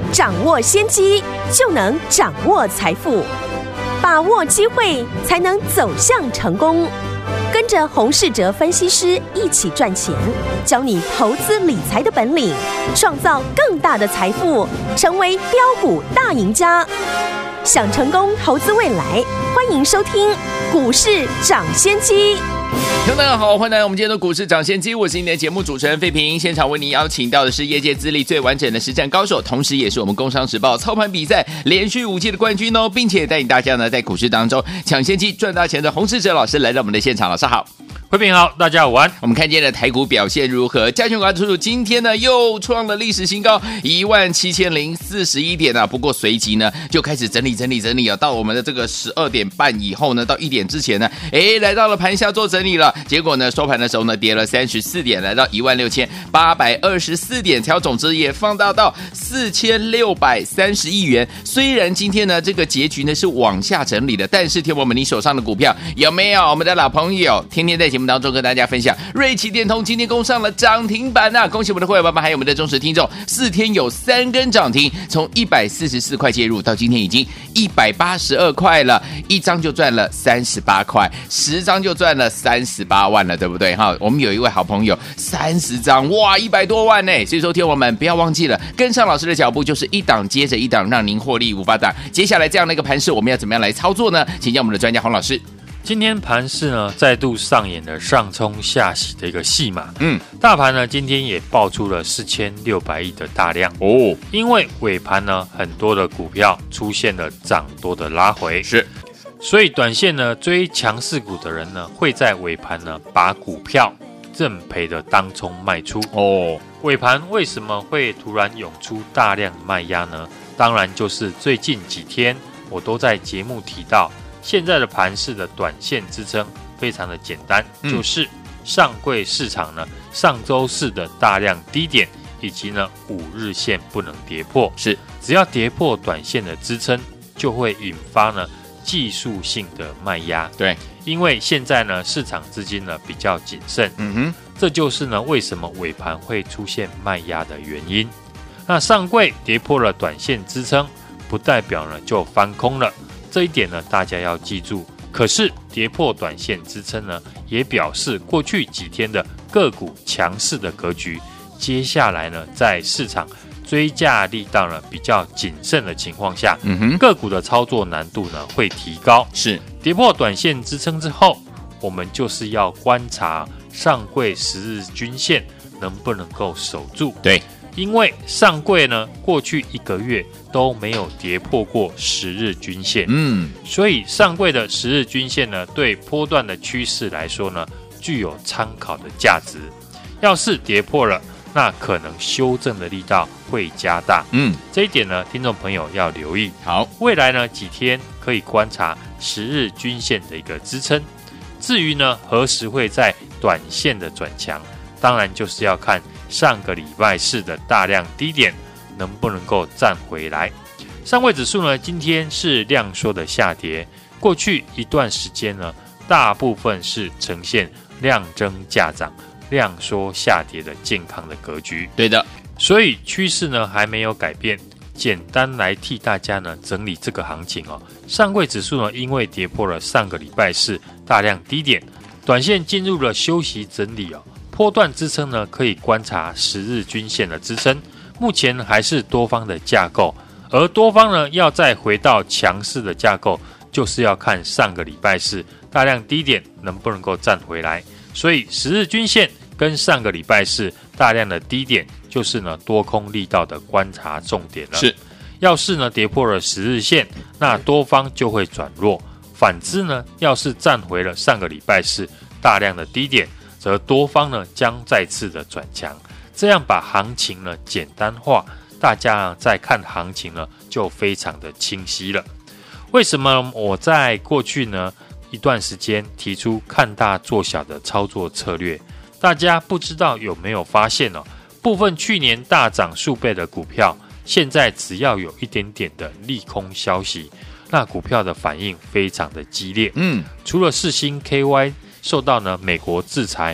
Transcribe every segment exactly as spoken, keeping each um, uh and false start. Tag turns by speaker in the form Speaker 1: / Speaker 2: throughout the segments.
Speaker 1: 掌握先机，就能掌握财富。把握机会，才能走向成功。跟着洪士哲分析师一起赚钱，教你投资理财的本领，创造更大的财富，成为标股大赢家。想成功投资未来，欢迎收听股市涨先机。
Speaker 2: 听众大家好，欢迎来到我们今天的股市涨先机，我是今天的节目主持人费平。现场为您邀请到的是业界资历最完整的实战高手，同时也是我们工商时报操盘比赛连续五届的冠军哦，并且带领大家呢在股市当中抢先机赚大钱的洪士哲老师来到我们的现场。老师好。
Speaker 3: 慧平好，大家午安。
Speaker 2: 我们看见的台股表现如何？加权股价指数今天呢又创了历史新高一万七千零四十一点啊，不过随即呢就开始整理整理整理啊，到我们的这个十二点半以后呢，到一点之前呢，哎，来到了盘下做整理了。结果呢收盘的时候呢跌了三十四点，来到一万六千八百二十四点，调总值也放大到四千六百三十亿元。虽然今天呢这个结局呢是往下整理的，但是听我们你手上的股票有没有我们的老朋友天天在节目当中跟大家分享，瑞奇电通今天攻上了涨停板啊！恭喜我们的会员爸爸还有我们的忠实听众，四天有三根涨停，从一百四十四块介入到今天已经一百八十二块了，一张就赚了三十八块，十张就赚了三十八万了，对不对哈？我们有一位好朋友三十张，哇，一百多万呢！所以说，听我们不要忘记了，跟上老师的脚步，就是一档接着一档，让您获利无法挡。接下来这样的一个盘势，我们要怎么样来操作呢？请教我们的专家洪老师。
Speaker 3: 今天盘市呢再度上演了上冲下洗的一个戏码，
Speaker 2: 嗯，
Speaker 3: 大盘呢今天也爆出了四千六百亿的大量
Speaker 2: 哦，
Speaker 3: 因为尾盘呢很多的股票出现了涨多的拉回，
Speaker 2: 是，
Speaker 3: 所以短线呢追强势股的人呢会在尾盘呢把股票认赔的当冲卖出
Speaker 2: 哦。
Speaker 3: 尾盘为什么会突然涌出大量卖压呢？当然就是最近几天我都在节目提到。现在的盘势的短线支撑非常的简单，嗯、就是上柜市场呢上周四的大量低点，以及呢五日线不能跌破。
Speaker 2: 是，
Speaker 3: 只要跌破短线的支撑，就会引发呢技术性的卖压。
Speaker 2: 对，
Speaker 3: 因为现在呢市场资金呢比较谨慎，
Speaker 2: 嗯哼，
Speaker 3: 这就是呢为什么尾盘会出现卖压的原因。那上柜跌破了短线支撑，不代表呢就翻空了。这一点呢，大家要记住。可是跌破短线支撑呢，也表示过去几天的个股强势的格局，接下来呢，在市场追价力道呢比较谨慎的情况下，
Speaker 2: 嗯哼，
Speaker 3: 个股的操作难度呢会提高。
Speaker 2: 是，
Speaker 3: 跌破短线支撑之后，我们就是要观察上柜十日均线能不能够守住。
Speaker 2: 对。
Speaker 3: 因为上柜呢，过去一个月都没有跌破过十日均线，
Speaker 2: 嗯，
Speaker 3: 所以上柜的十日均线呢，对波段的趋势来说呢，具有参考的价值。要是跌破了，那可能修正的力道会加大，
Speaker 2: 嗯，
Speaker 3: 这一点呢，听众朋友要留意。
Speaker 2: 好，
Speaker 3: 未来呢几天可以观察十日均线的一个支撑。至于呢何时会在短线的转强，当然就是要看上个礼拜四的大量低点能不能够站回来。上柜指数呢今天是量缩的下跌，过去一段时间呢大部分是呈现量增价涨量缩下跌的健康的格局。
Speaker 2: 对的，
Speaker 3: 所以趋势呢还没有改变。简单来替大家呢整理这个行情哦。上柜指数呢因为跌破了上个礼拜四大量低点，短线进入了休息整理哦。波段支撑呢，可以观察十日均线的支撑，目前还是多方的架构，而多方呢要再回到强势的架构，就是要看上个礼拜四大量低点能不能够站回来。所以十日均线跟上个礼拜四大量的低点，就是呢多空力道的观察重点了。
Speaker 2: 是，
Speaker 3: 要是呢跌破了十日线，那多方就会转弱；反之呢，要是站回了上个礼拜四大量的低点，则多方呢将再次的转强，这样把行情呢简单化，大家呢再看行情呢就非常的清晰了。为什么我在过去呢一段时间提出看大做小的操作策略？大家不知道有没有发现哦，部分去年大涨数倍的股票，现在只要有一点点的利空消息，那股票的反应非常的激烈。
Speaker 2: 嗯，
Speaker 3: 除了世芯 K Y 受到呢美国制裁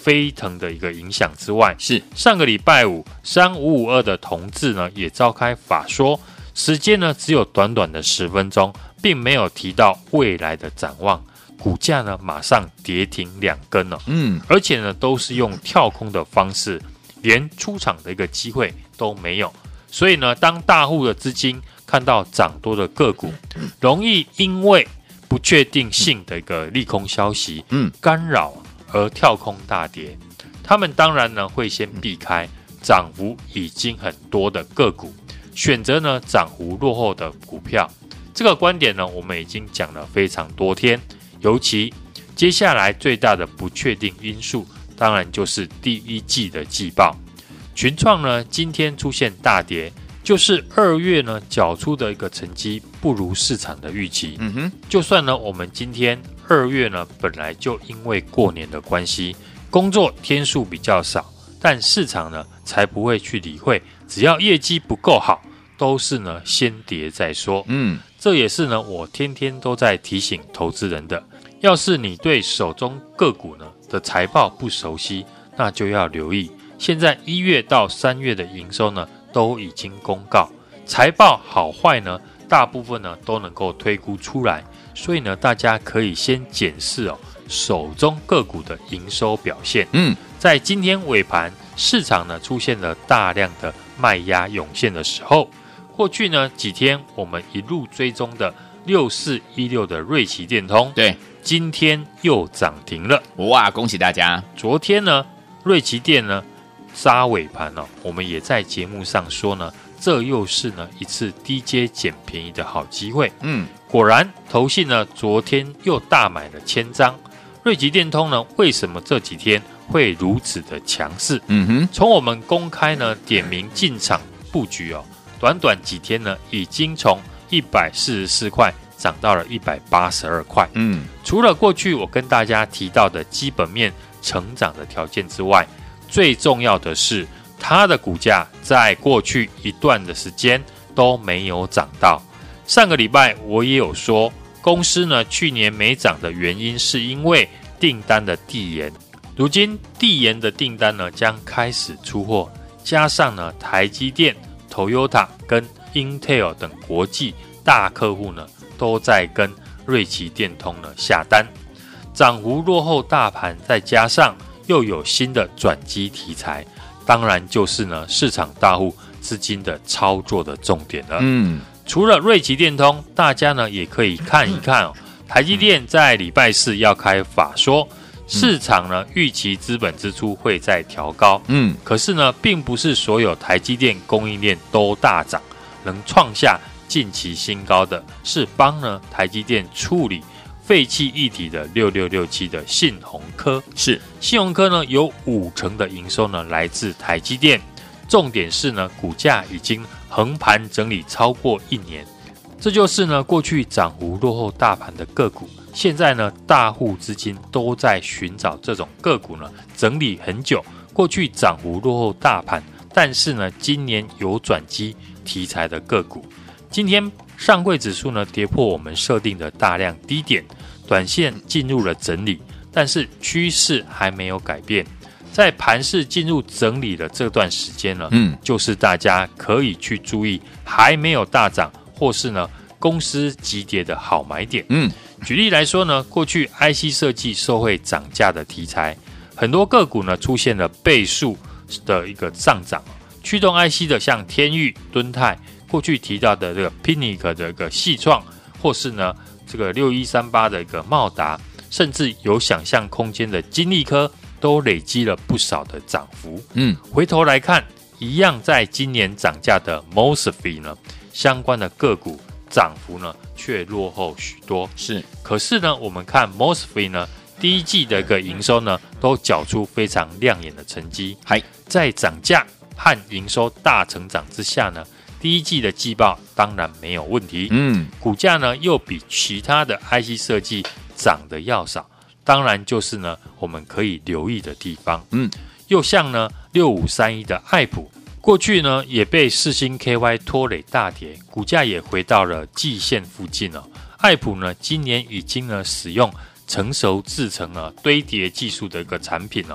Speaker 3: 飞腾的一个影响之外，
Speaker 2: 是
Speaker 3: 上个礼拜五三五五二的同志呢也召开法说，时间呢只有短短的十分钟，并没有提到未来的展望，股价呢马上跌停两根了、哦，
Speaker 2: 嗯，
Speaker 3: 而且呢都是用跳空的方式，连出场的一个机会都没有。所以呢，当大户的资金看到涨多的个股，容易因为不确定性的一个利空消息，嗯，干扰而跳空大跌。他们当然呢会先避开涨幅已经很多的个股，选择呢涨幅落后的股票。这个观点呢，我们已经讲了非常多天。尤其接下来最大的不确定因素，当然就是第一季的季报。群创呢今天出现大跌，就是二月呢缴出的一个成绩不如市场的预期。嗯哼，就算呢我们今天二月呢本来就因为过年的关系，工作天数比较少，但市场呢才不会去理会，只要业绩不够好，都是呢先跌再说。嗯，这也是呢我天天都在提醒投资人的。要是你对手中个股呢的财报不熟悉，那就要留意。现在一月到三月的营收呢都已经公告，财报好坏呢大部分呢都能够推估出来，所以呢大家可以先检视哦手中个股的营收表现。嗯，在今天尾盘市场呢出现了大量的卖压涌现的时候，过去呢几天我们一路追踪的六四一六的瑞奇电通，
Speaker 2: 对，
Speaker 3: 今天又涨停了，
Speaker 2: 哇，恭喜大家！
Speaker 3: 昨天呢瑞奇电呢杀尾盘哦，我们也在节目上说呢，这又是呢一次低阶捡便宜的好机会。嗯，果然投信呢昨天又大买了千张。瑞奇电通呢为什么这几天会如此的强势？嗯哼，从我们公开呢点名进场布局哦，短短几天呢已经从一百四十四块涨到了一百八十二块。嗯，除了过去我跟大家提到的基本面成长的条件之外，最重要的是它的股价在过去一段的时间都没有涨到。上个礼拜我也有说，公司呢去年没涨的原因是因为订单的递延，如今递延的订单呢将开始出货，加上呢台积电、Toyota 跟 Intel 等国际大客户呢都在跟瑞奇电通呢下单，涨幅落后大盘，再加上又有新的转机题材，当然就是呢市场大户资金的操作的重点了。嗯，除了瑞奇电通，大家呢也可以看一看哦。台积电在礼拜四要开法说，市场呢预期资本支出会再调高。嗯，可是呢，并不是所有台积电供应链都大涨，能创下近期新高的是帮呢台积电处理废弃议题的六六六七的信鸿科。是信鸿科呢有五成的营收呢来自台积电，重点是呢股价已经横盘整理超过一年，这就是呢过去涨幅落后大盘的个股，现在呢大户资金都在寻找这种个股呢整理很久，过去涨幅落后大盘，但是呢今年有转机题材的个股。今天上柜指数呢跌破我们设定的大量低点，短线进入了整理，但是趋势还没有改变。在盘势进入整理的这段时间呢，嗯，就是大家可以去注意还没有大涨或是呢公司急跌的好买点。嗯，举例来说呢，过去 I C 设计受惠涨价的题材，很多个股呢出现了倍数的一个上涨，驱动 I C 的像天钰、敦泰。过去提到的这个 P I N I C 的一个细创，或是呢这个六一三八的一个茂达，甚至有想象空间的金利科，都累积了不少的涨幅。嗯，回头来看，一样在今年涨价的 M O S F E T 呢，相关的个股涨幅呢却落后许多。是，可是呢，我们看 M O S F E T 呢，第一季的一个营收呢，都缴出非常亮眼的成绩。还在涨价和营收大成长之下呢。第一季的季报当然没有问题，嗯，股价呢又比其他的 I C 设计涨得要少，当然就是呢我们可以留意的地方，嗯，又像呢六五三一的爱普，过去呢也被世芯 K Y 拖累大跌，股价也回到了季线附近哦。爱普呢今年已经呢使用成熟制成了堆叠技术的一个产品哦，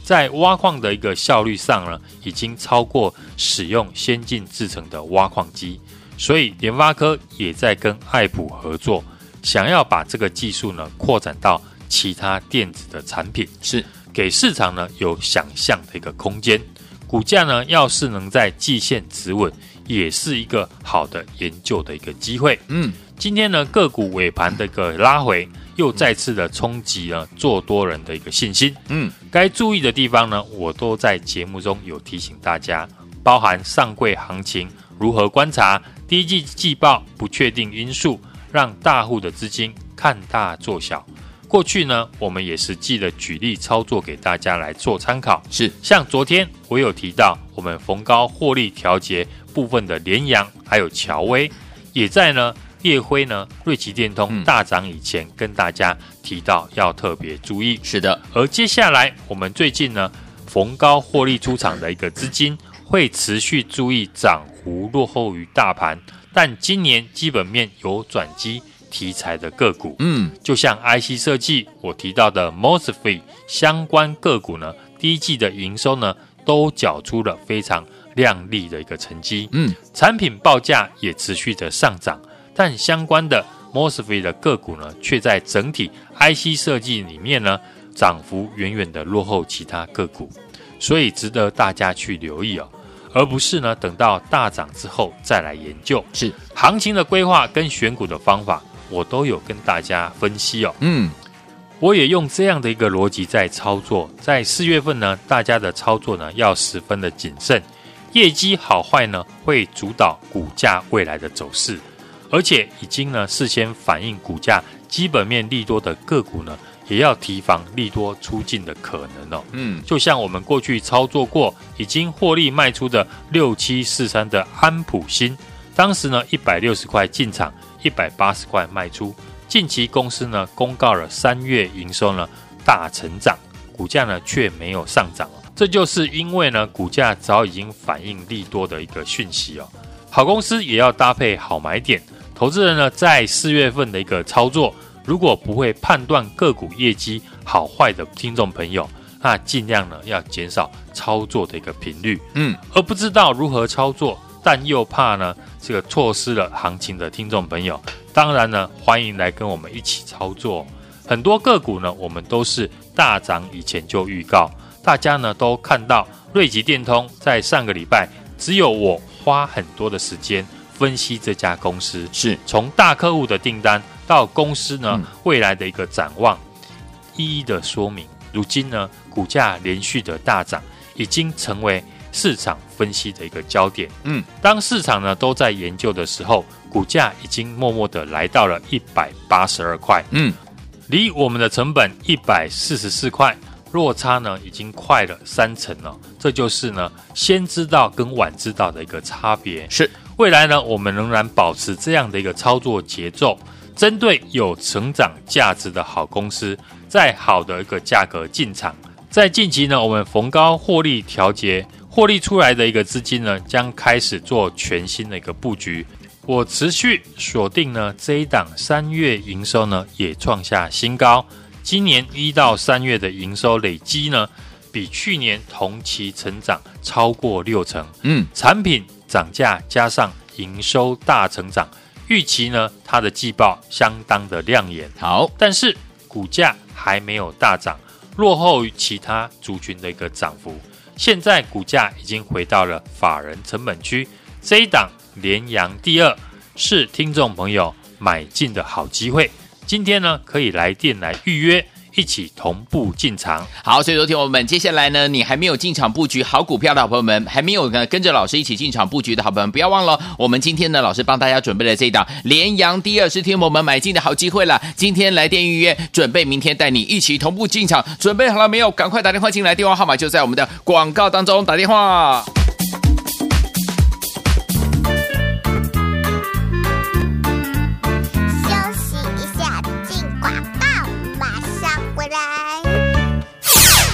Speaker 3: 在挖矿的一个效率上呢，已经超过使用先进制程的挖矿机，所以联发科也在跟爱普合作，想要把这个技术呢扩展到其他电子的产品，
Speaker 2: 是
Speaker 3: 给市场呢有想象的一个空间。股价呢要是能在季线止稳，也是一个好的研究的一个机会。
Speaker 2: 嗯，
Speaker 3: 今天呢个股尾盘的一个拉回，又再次的冲击了做多人的一个信心。
Speaker 2: 嗯，
Speaker 3: 该注意的地方呢，我都在节目中有提醒大家，包含上柜行情如何观察，第一季季报不确定因素，让大户的资金看大做小。过去呢，我们也实际的举例操作给大家来做参考。
Speaker 2: 是，
Speaker 3: 像昨天我有提到，我们逢高获利调节部分的联阳还有乔威，也在呢燁辉呢瑞奇电通大涨以前，嗯、跟大家提到要特别注意。
Speaker 2: 是的，
Speaker 3: 而接下来我们最近呢逢高获利出场的一个资金，会持续注意涨幅落后于大盘，但今年基本面有转机题材的个股，
Speaker 2: 嗯，
Speaker 3: 就像 I C 设计我提到的 M O S F E T 相关个股呢，第一季的营收呢都缴出了非常亮丽的一个成绩，
Speaker 2: 嗯，
Speaker 3: 产品报价也持续的上涨，但相关的 M O S F E T 的个股呢，却在整体 I C 设计里面呢，涨幅远远的落后其他个股，所以值得大家去留意哦。而不是呢等到大涨之后再来研究。
Speaker 2: 是
Speaker 3: 行情的规划跟选股的方法，我都有跟大家分析哦。
Speaker 2: 嗯，
Speaker 3: 我也用这样的一个逻辑在操作。在四月份呢，大家的操作呢要十分的谨慎，业绩好坏呢会主导股价未来的走势，而且已经呢事先反映股价基本面利多的个股呢，也要提防利多出尽的可能哦。
Speaker 2: 嗯，
Speaker 3: 就像我们过去操作过已经获利卖出的六七四三的安普新，当时呢一百六十块进场，一百八十块卖出。近期公司呢公告了三月营收呢大成长，股价呢却没有上涨哦。这就是因为呢股价早已经反映利多的一个讯息哦。好公司也要搭配好买点，投资人呢在四月份的一个操作，如果不会判断个股业绩好坏的听众朋友，那尽量呢要减少操作的一个频率，
Speaker 2: 嗯，
Speaker 3: 而不知道如何操作，但又怕呢这个错失了行情的听众朋友，当然呢欢迎来跟我们一起操作。很多个股呢我们都是大涨以前就预告，大家呢都看到瑞极电通在上个礼拜，只有我花很多的时间分析这家公司，
Speaker 2: 是
Speaker 3: 从大客户的订单到公司呢、嗯、未来的一个展望，一一的说明。如今呢股价连续的大涨，已经成为市场分析的一个焦点。
Speaker 2: 嗯，
Speaker 3: 当市场呢都在研究的时候，股价已经默默的来到了一百八十二块。
Speaker 2: 嗯，
Speaker 3: 离我们的成本一百四十四块，落差呢已经快了三成了。这就是呢先知道跟晚知道的一个差别。
Speaker 2: 是，
Speaker 3: 未来呢我们仍然保持这样的一个操作节奏，针对有成长价值的好公司，在好的一个价格进场。在近期呢，我们逢高获利调节，获利出来的一个资金呢，将开始做全新的一个布局。我持续锁定呢这一档三月营收呢也创下新高，今年一到三月的营收累积呢，比去年同期成长超过六成。
Speaker 2: 嗯，
Speaker 3: 产品涨价加上营收大成长，预期呢它的季报相当的亮眼。
Speaker 2: 好，
Speaker 3: 但是股价还没有大涨，落后于其他族群的一个涨幅。现在股价已经回到了法人成本区，这一档联阳第二是听众朋友买进的好机会。今天呢可以来电来预约，一起同步进场。
Speaker 2: 好，所以昨天我们接下来呢，你还没有进场布局好股票的好朋友们，还没有跟着老师一起进场布局的好朋友们，不要忘了，我们今天呢，老师帮大家准备了这一档联阳第二是听我们买进的好机会了。今天来电预约，准备明天带你一起同步进场，准备好了没有？赶快打电话进来，电话号码就在我们的广告当中，打电话。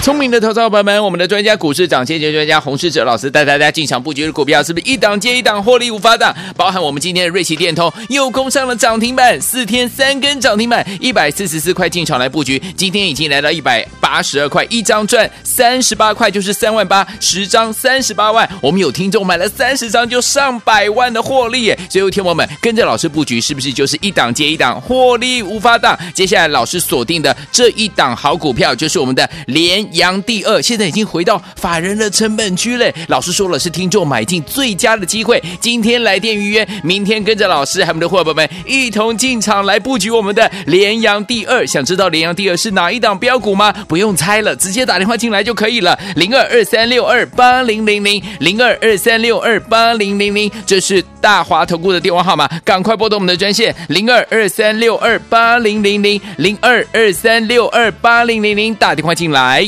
Speaker 2: 聪明的投资者朋友们，我们的专家股市涨先见专家洪士哲老师带大家进场布局的股票，是不是一档接一档获利无法挡？包含我们今天的瑞奇电通又攻上了涨停板，四天三根涨停板，一百四十四块进场来布局，今天已经来到一百八十二块，一张赚三十八块，就是三万八，十张三十八万。我们有听众买了三十张就上百万的获利耶！所以，听众们跟着老师布局，是不是就是一档接一档获利无法挡？接下来老师锁定的这一档好股票，就是我们的联阳第二，现在已经回到法人的成本区了。老师说了，是听众买进最佳的机会。今天来电预约，明天跟着老师还有我们的伙伴们一同进场来布局我们的联阳第二。想知道联阳第二是哪一档标股吗？不用猜了，直接打电话进来就可以了。零二二三六二八零零零零二二三六二八零零零，这是大华投顾的电话号码，赶快拨动我们的专线零二二三六二八零零零零二二三六二八零零零，打电话进来。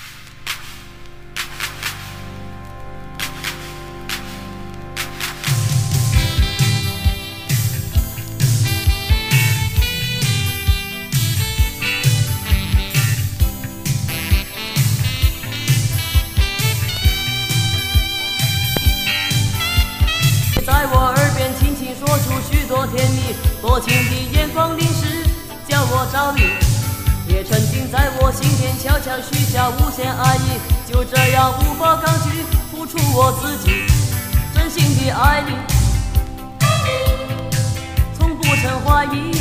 Speaker 4: 在我耳边轻轻说出许多甜蜜，多情的眼光凝视，叫我着迷，也沉浸在我心田，悄悄许下无限爱意，就这样无法抗拒，付出我自己，真心的爱你，从不曾怀疑，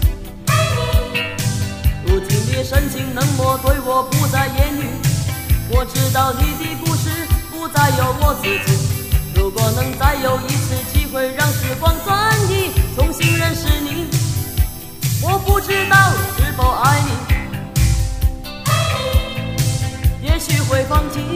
Speaker 4: 如今的深情冷漠对我不再言语，我知道你的故事不再有我自己，如果能再有一次机会让时光转移，重新认识你，我不知道是否爱你，也许会放弃。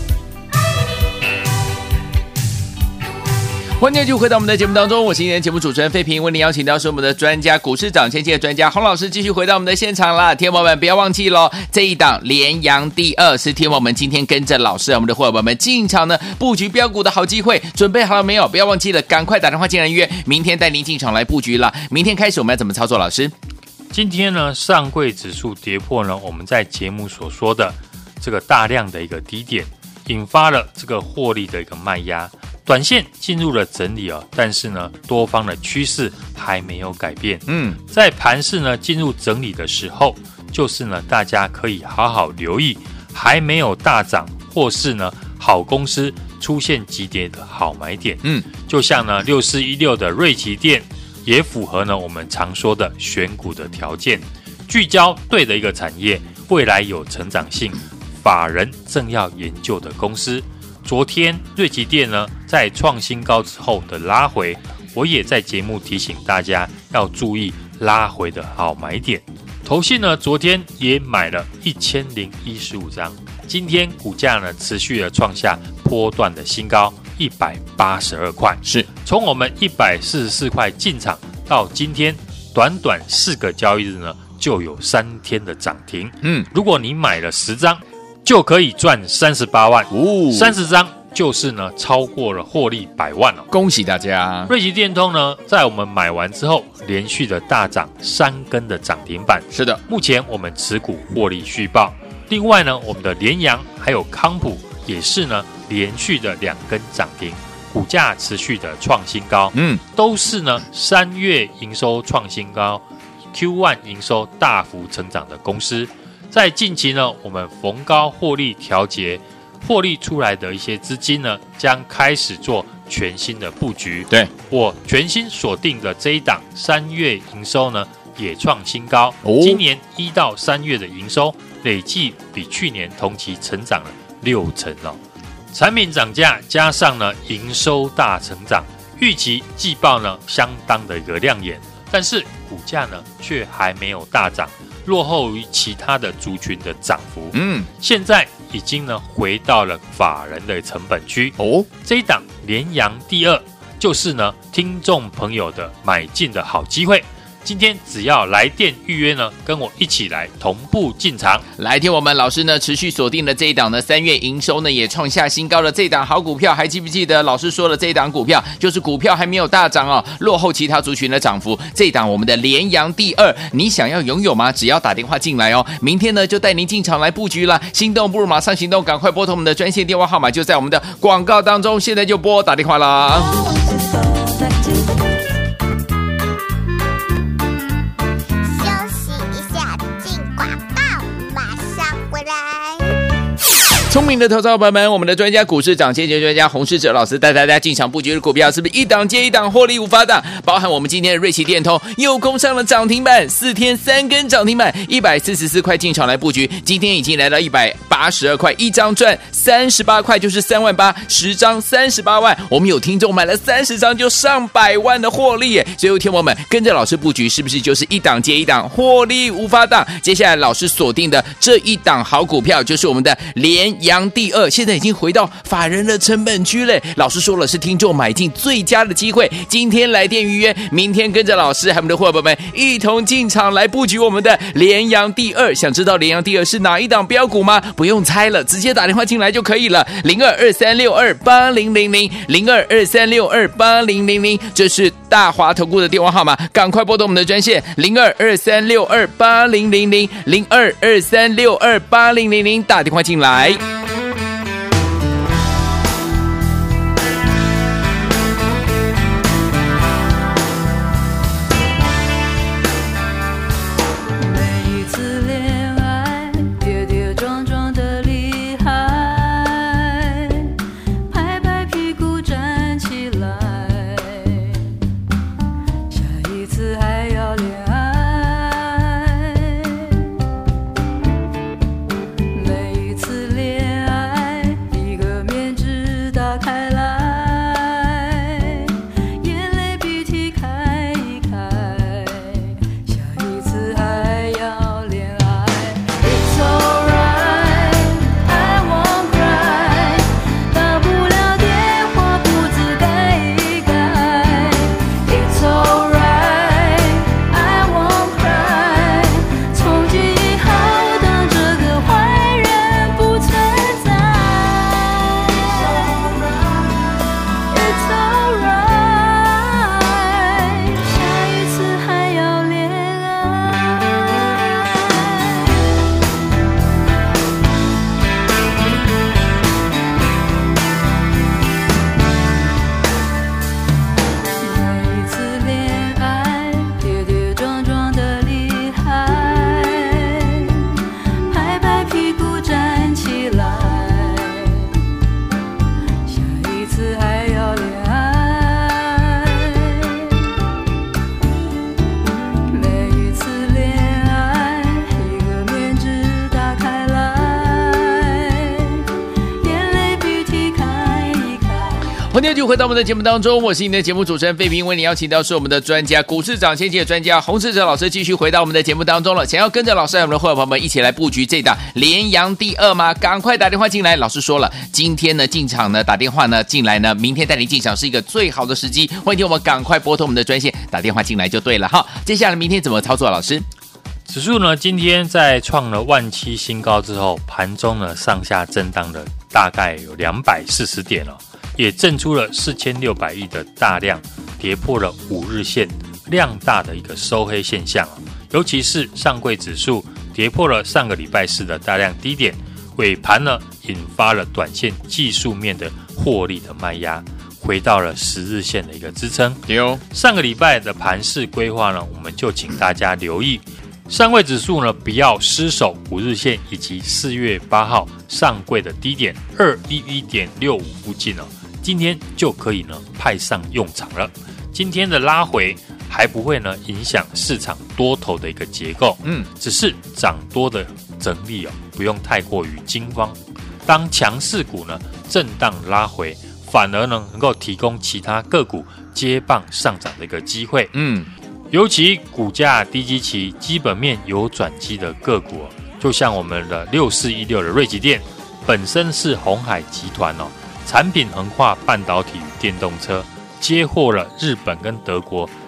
Speaker 2: 欢迎继续回到我们的节目当中，我是今天的节目主持人费平，为您邀请到是我们的专家股市涨先见的专家洪老师，继续回到我们的现场啦。天王们不要忘记咯，这一档联阳第二是天王们今天跟着老师我们的伙伴们进场呢布局标股的好机会，准备好了没有？不要忘记了，赶快打电话进来约，明天带您进场来布局了。明天开始我们要怎么操作？老师，
Speaker 3: 今天呢上柜指数跌破呢我们在节目所说的这个大量的一个低点，引发了这个获利的一个卖压，短线进入了整理哦，但是呢，多方的趋势还没有改变。嗯，在盘势呢进入整理的时候，就是呢大家可以好好留意还没有大涨或是呢好公司出现急跌的好买点。嗯，就像呢六四一六的瑞奇电也符合呢我们常说的选股的条件，聚焦对的一个产业，未来有成长性，法人正要研究的公司。昨天瑞奇电呢在创新高之后的拉回，我也在节目提醒大家要注意拉回的好买点。投信呢昨天也买了一千零一十五张，今天股价呢持续的创下波段的新高一百八十二块，
Speaker 2: 是
Speaker 3: 从我们一百四十四块进场到今天短短四个交易日呢就有三天的涨停。嗯，如果你买了十张就可以赚三十八万，哦，三十张就是呢超过了获利百万哦，
Speaker 2: 恭喜大家！
Speaker 3: 瑞奇电通呢，在我们买完之后，连续的大涨三根的涨停板。
Speaker 2: 是的，
Speaker 3: 目前我们持股获利续报。另外呢，我们的联阳还有康普也是呢连续的两根涨停，股价持续的创新高。嗯，都是呢三月营收创新高 ，Q 一 营收大幅成长的公司。在近期呢，我们逢高获利调节，获利出来的一些资金呢，将开始做全新的布局。
Speaker 2: 对，
Speaker 3: 我全新锁定的这一档三月营收呢，也创新高。哦，今年一到三月的营收累计比去年同期成长了六成哦。产品涨价加上呢营收大成长，预期季报呢相当的一个亮眼，但是股价呢却还没有大涨。落后于其他的族群的涨幅，嗯，现在已经呢回到了法人的成本区哦。这一档联阳第二就是呢听众朋友的买进的好机会。 今天只要来电预约呢，跟我一起来同步进场。
Speaker 2: 来听我们老师呢持续锁定的这一档呢，三月营收呢也创下新高的这一档好股票，还记不记得老师说的这一档股票，就是股票还没有大涨哦，落后其他族群的涨幅。这一档我们的联阳第二，你想要拥有吗？只要打电话进来哦，明天呢就带您进场来布局啦。心动不如马上行动，赶快拨通我们的专线电话号码，就在我们的广告当中，现在就拨打电话啦。聪明的投资者朋友们，我们的专家股市涨先觉专家洪士哲老师带大家进场布局的股票，是不是一档接一档获利无法挡？包含我们今天的瑞奇电通又攻上了涨停板，四天三根涨停板，一百四十四块进场来布局，今天已经来到一百八十二块，一张赚三十八块，就是三万八，十张三十八万。我们有听众买了三十张就上百万的获利耶！所以有听友们跟着老师布局，是不是就是一档接一档获利无法挡？接下来老师锁定的这一档好股票，就是我们的联阳第二，现在已经回到法人的成本区嘞。老师说了，是听众买进最佳的机会。今天来电预约，明天跟着老师还有我们的伙伴们一同进场来布局我们的联阳第二。想知道联阳第二是哪一档标股吗？不用猜了，直接打电话进来就可以了。零二二三六二八零零零零二二三六二八零零零，这是大华投顾的电话号码，赶快拨动我们的专线零二二三六二八零零零零二二三六二八零零零，打电话进来。欢迎继续回到我们的节目当中，我是你的节目主持人费平，为你邀请到是我们的专家股市涨先机的专家洪士哲老师，继续回到我们的节目当中了。想要跟着老师和我们的会员朋友们一起来布局这档联阳第二吗？赶快打电话进来。老师说了，今天呢进场呢打电话呢进来呢，明天带你进场是一个最好的时机。欢迎我们赶快拨通我们的专线，打电话进来就对了哈。接下来明天怎么操作？老师，
Speaker 3: 指数呢今天在创了万七新高之后，盘中呢上下震荡了大概有两百四十点了。也震出了四千六百亿的大量，跌破了五日线量大的一个收黑现象，尤其是上柜指数跌破了上个礼拜四的大量低点，尾盘呢引发了短线技术面的获利的卖压，回到了十日线的一个支撑。
Speaker 2: 有
Speaker 3: 上个礼拜的盘势规划呢，我们就请大家留意上柜指数呢不要失守五日线以及四月八号上柜的低点二一一点六五附近哦。今天就可以呢派上用场了。今天的拉回还不会呢影响市场多头的一个结构，嗯，只是涨多的整理哦，不用太过于惊慌。当强势股呢震荡拉回，反而呢能够提供其他个股接棒上涨的一个机会，嗯，尤其股价低基期、基本面有转机的个股哦，就像我们的六四一六的瑞极电，本身是鸿海集团哦。产品横跨半导体与电动车，接获了日本跟德国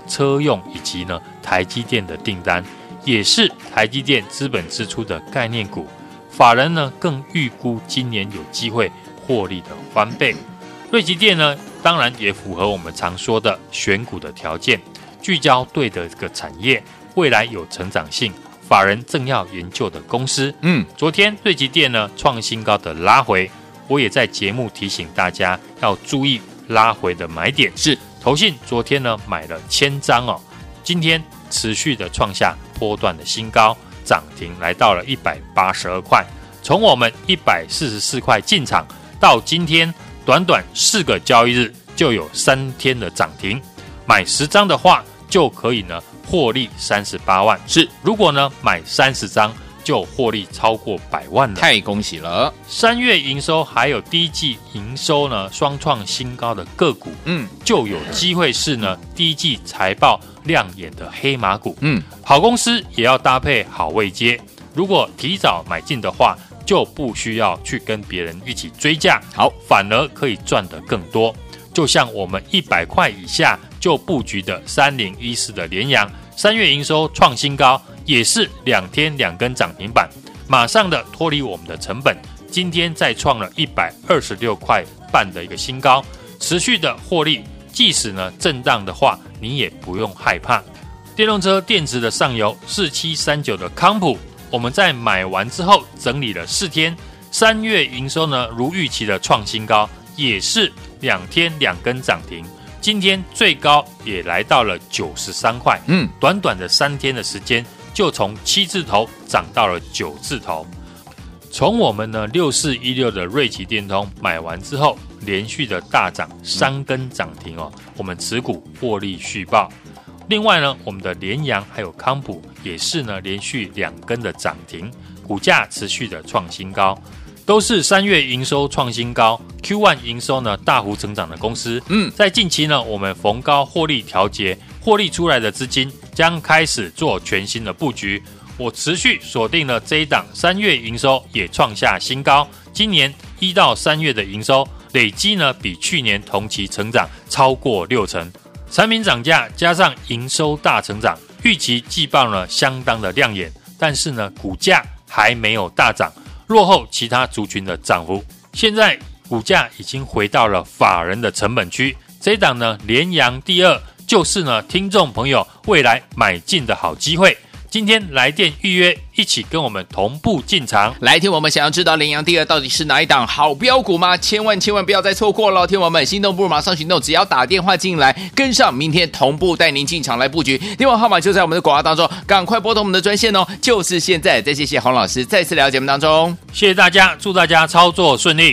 Speaker 3: 车用以及呢台积电的订单，也是台积电资本支出的概念股。法人呢更预估今年有机会获利的翻倍。瑞极电呢，当然也符合我们常说的选股的条件，聚焦对的这个产业，未来有成长性，法人正要研究的公司。嗯，昨天瑞极电呢创新高的拉回，我也在节目提醒大家要注意拉回的买点。是，投信昨天呢买了千张哦，今天持续的创下波段的新高，涨停来到了一百八十二块。从我们一百四十四块进场到今天，短短四个交易日就有三天的涨停，买十张的话就可以呢获利三十八万。是，如果呢买三十张就获利超过百万了，
Speaker 2: 太恭喜了！
Speaker 3: 三月营收还有第一季营收呢双创新高的个股，嗯，就有机会是呢第一季财报亮眼的黑马股。嗯，好公司也要搭配好位阶，如果提早买进的话，就不需要去跟别人一起追价，好，反而可以赚得更多。就像我们一百块以下就布局的三零一四的联阳，三月营收创新高，也是两天两根涨停板，马上的脱离我们的成本，今天再创了一百二十六块半的一个新高，持续的获利，即使呢震荡的话，你也不用害怕。电动车电池的上游四七三九的康普，我们在买完之后整理了四天，三月营收呢如预期的创新高，也是两天两根涨停，今天最高也来到了九十三块。嗯，短短的三天的时间，就从七字头涨到了九字头。从我们呢六四一六的瑞奇电通买完之后，连续的大涨三根涨停哦，我们持股获利续报。另外呢，我们的联阳还有康普也是呢连续两根的涨停，股价持续的创新高，都是三月营收创新高 ，Q 一 营收呢大幅成长的公司。嗯，在近期呢，我们逢高获利调节，获利出来的资金将开始做全新的布局。我持续锁定了这一档，三月营收也创下新高，今年一到三月的营收累积呢比去年同期成长超过六成。产品涨价加上营收大成长，预期季报呢相当的亮眼，但是呢股价还没有大涨，落后其他族群的涨幅。现在股价已经回到了法人的成本区，这一档呢联阳第二，就是呢听众朋友未来买进的好机会。今天来电预约，一起跟我们同步进场。
Speaker 2: 来听我们想要知道联阳第二到底是哪一档好标股吗？千万千万不要再错过了，听我们心动不如马上行动，只要打电话进来，跟上明天同步带您进场来布局。电话号码就在我们的广告当中，赶快拨通我们的专线哦，就是现在。再谢谢洪老师再次来到节目当中，
Speaker 3: 谢谢大家，祝大家操作顺利。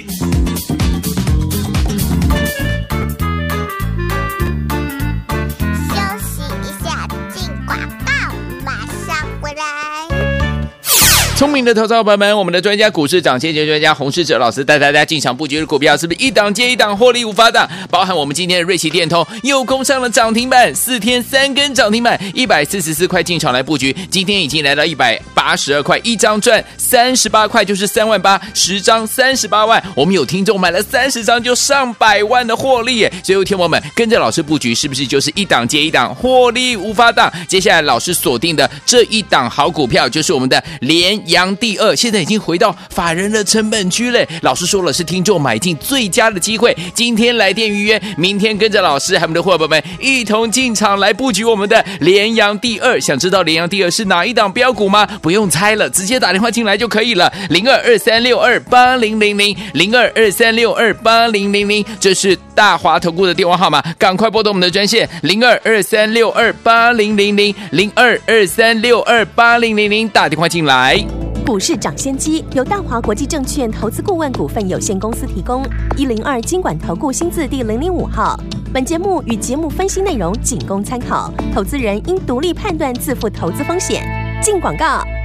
Speaker 2: 聪明的投资者朋友们，我们的专家股市涨先觉专家洪士哲老师带大家进场布局的股票，是不是一档接一档获利无法挡？包含我们今天的瑞奇电通又攻上了涨停板，四天三根涨停板，一百四十四块进场来布局，今天已经来到一百八十二块，一张赚三十八块，就是三万八，十张三十八万。我们有听众买了三十张就上百万的获利耶！所以听我们跟着老师布局，是不是就是一档接一档获利无法挡？接下来老师锁定的这一档好股票，就是我们的联阳第二，现在已经回到法人的成本区了。老师说了，是听众买进最佳的机会。今天来电预约，明天跟着老师还有我们的伙伴们一同进场来布局我们的联阳第二。想知道联阳第二是哪一档标股吗？不用猜了，直接打电话进来就可以了。零二二三六二八零零零零二二三六二八零零零，这是大华投顾的电话号码，赶快拨通我们的专线零二二三六二八零零零零二二三六二八零零零，打电话进来。
Speaker 1: 股市涨先机由大华国际证券投资顾问股份有限公司提供，一零二金管投顾新字第零零五号。本节目与节目分析内容仅供参考，投资人应独立判断，自负投资风险。进广告。